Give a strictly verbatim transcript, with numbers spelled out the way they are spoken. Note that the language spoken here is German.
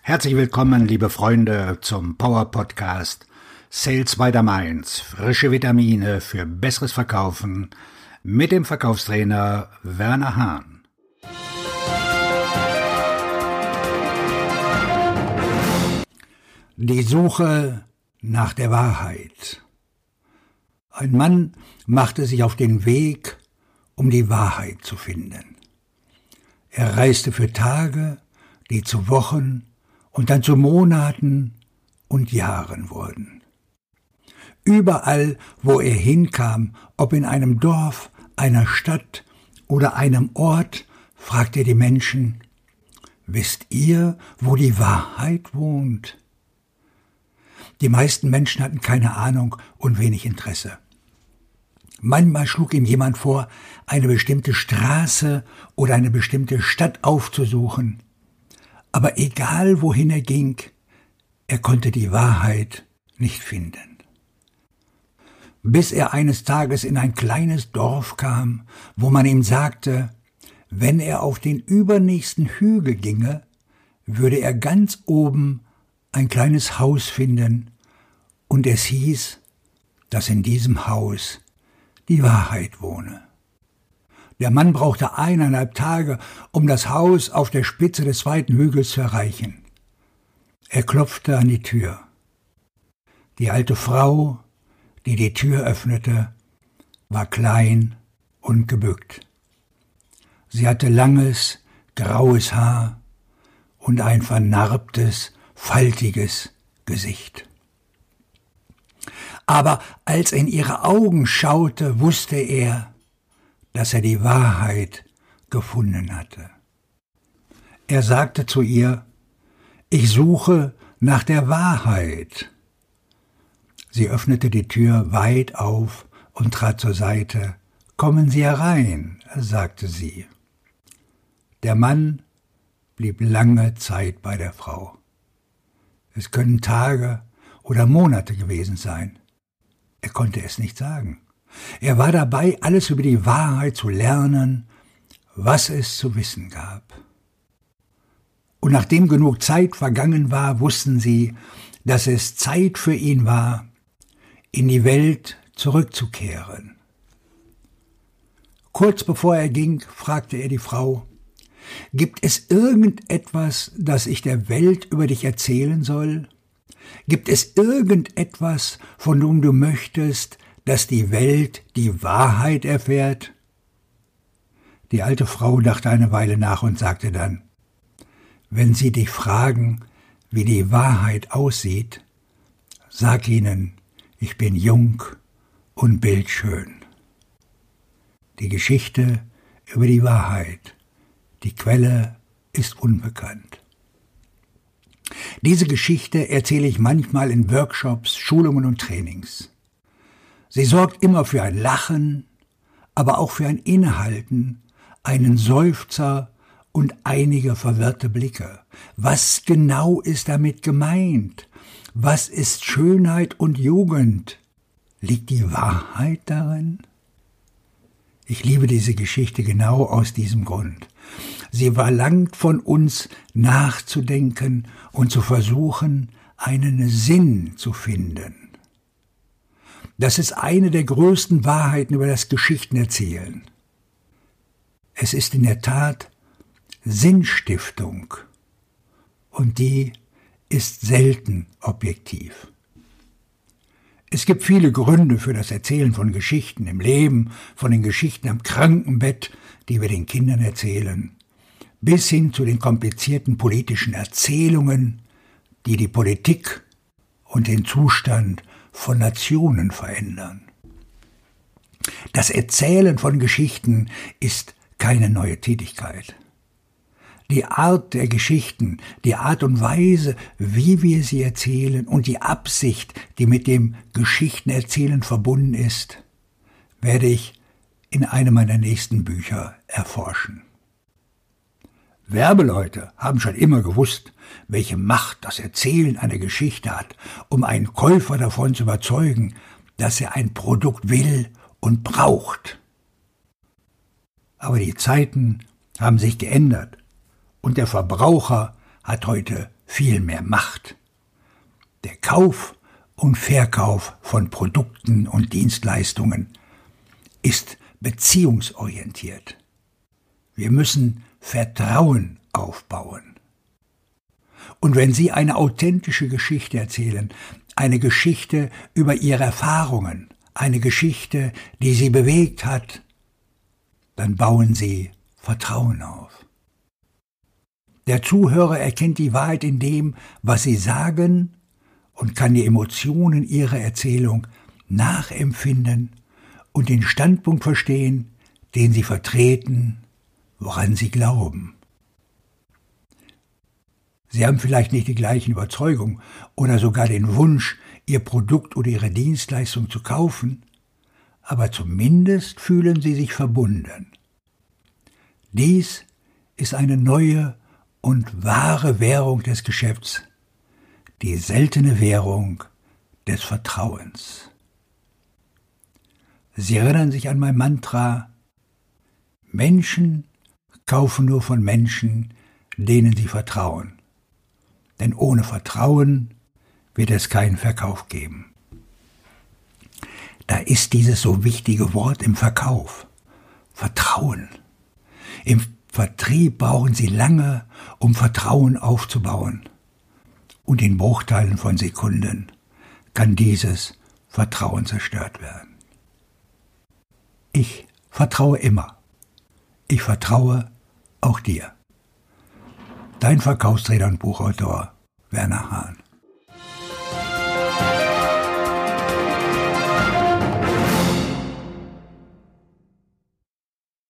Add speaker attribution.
Speaker 1: Herzlich willkommen, liebe Freunde, zum Power-Podcast Sales by the Mainz. Frische Vitamine für besseres Verkaufen mit dem Verkaufstrainer Werner Hahn. Die Suche nach der Wahrheit. Ein Mann machte sich auf den Weg, um die Wahrheit zu finden. Er reiste für Tage, die zu Wochen und dann zu Monaten und Jahren wurden. Überall, wo er hinkam, ob in einem Dorf, einer Stadt oder einem Ort, fragte er die Menschen: Wisst ihr, wo die Wahrheit wohnt? Die meisten Menschen hatten keine Ahnung und wenig Interesse. Manchmal schlug ihm jemand vor, eine bestimmte Straße oder eine bestimmte Stadt aufzusuchen. Aber egal wohin er ging, er konnte die Wahrheit nicht finden. Bis er eines Tages in ein kleines Dorf kam, wo man ihm sagte, wenn er auf den übernächsten Hügel ginge, würde er ganz oben ein kleines Haus finden, und es hieß, dass in diesem Haus die Wahrheit wohne. Der Mann brauchte eineinhalb Tage, um das Haus auf der Spitze des zweiten Hügels zu erreichen. Er klopfte an die Tür. Die alte Frau, die die Tür öffnete, war klein und gebückt. Sie hatte langes, graues Haar und ein vernarbtes, faltiges Gesicht. Aber als er in ihre Augen schaute, wusste er, dass er die Wahrheit gefunden hatte. Er sagte zu ihr: Ich suche nach der Wahrheit. Sie öffnete die Tür weit auf und trat zur Seite. Kommen Sie herein, sagte sie. Der Mann blieb lange Zeit bei der Frau. Es können Tage oder Monate gewesen sein. Er konnte es nicht sagen. Er war dabei, alles über die Wahrheit zu lernen, was es zu wissen gab. Und nachdem genug Zeit vergangen war, wussten sie, dass es Zeit für ihn war, in die Welt zurückzukehren. Kurz bevor er ging, fragte er die Frau: Gibt es irgendetwas, das ich der Welt über dich erzählen soll? Gibt es irgendetwas, von dem du möchtest, dass die Welt die Wahrheit erfährt? Die alte Frau dachte eine Weile nach und sagte dann: Wenn sie dich fragen, wie die Wahrheit aussieht, sag ihnen, ich bin jung und bildschön. Die Geschichte über die Wahrheit, die Quelle ist unbekannt. Diese Geschichte erzähle ich manchmal in Workshops, Schulungen und Trainings. Sie sorgt immer für ein Lachen, aber auch für ein Innehalten, einen Seufzer und einige verwirrte Blicke. Was genau ist damit gemeint? Was ist Schönheit und Jugend? Liegt die Wahrheit darin? Ich liebe diese Geschichte genau aus diesem Grund. Sie verlangt von uns, nachzudenken und zu versuchen, einen Sinn zu finden. Das ist eine der größten Wahrheiten über das Geschichtenerzählen. Es ist in der Tat Sinnstiftung, und die ist selten objektiv. Es gibt viele Gründe für das Erzählen von Geschichten im Leben, von den Geschichten am Krankenbett, die wir den Kindern erzählen, bis hin zu den komplizierten politischen Erzählungen, die die Politik und den Zustand von Nationen verändern. Das Erzählen von Geschichten ist keine neue Tätigkeit. Die Art der Geschichten, die Art und Weise, wie wir sie erzählen und die Absicht, die mit dem Geschichtenerzählen verbunden ist, werde ich in einem meiner nächsten Bücher erforschen. Werbeleute haben schon immer gewusst, welche Macht das Erzählen einer Geschichte hat, um einen Käufer davon zu überzeugen, dass er ein Produkt will und braucht. Aber die Zeiten haben sich geändert und der Verbraucher hat heute viel mehr Macht. Der Kauf und Verkauf von Produkten und Dienstleistungen ist beziehungsorientiert. Wir müssen Vertrauen aufbauen. Und wenn Sie eine authentische Geschichte erzählen, eine Geschichte über Ihre Erfahrungen, eine Geschichte, die Sie bewegt hat, dann bauen Sie Vertrauen auf. Der Zuhörer erkennt die Wahrheit in dem, was Sie sagen, und kann die Emotionen Ihrer Erzählung nachempfinden und den Standpunkt verstehen, den Sie vertreten, woran Sie glauben. Sie haben vielleicht nicht die gleichen Überzeugungen oder sogar den Wunsch, Ihr Produkt oder Ihre Dienstleistung zu kaufen, aber zumindest fühlen Sie sich verbunden. Dies ist eine neue und wahre Währung des Geschäfts, die seltene Währung des Vertrauens. Sie erinnern sich an mein Mantra: Menschen kaufen nur von Menschen, denen sie vertrauen. Denn ohne Vertrauen wird es keinen Verkauf geben. Da ist dieses so wichtige Wort im Verkauf: Vertrauen. Im Vertrieb brauchen Sie lange, um Vertrauen aufzubauen. Und in Bruchteilen von Sekunden kann dieses Vertrauen zerstört werden. Ich vertraue immer. Ich vertraue auch dir. Dein Verkaufstrainer und Buchautor Werner Hahn.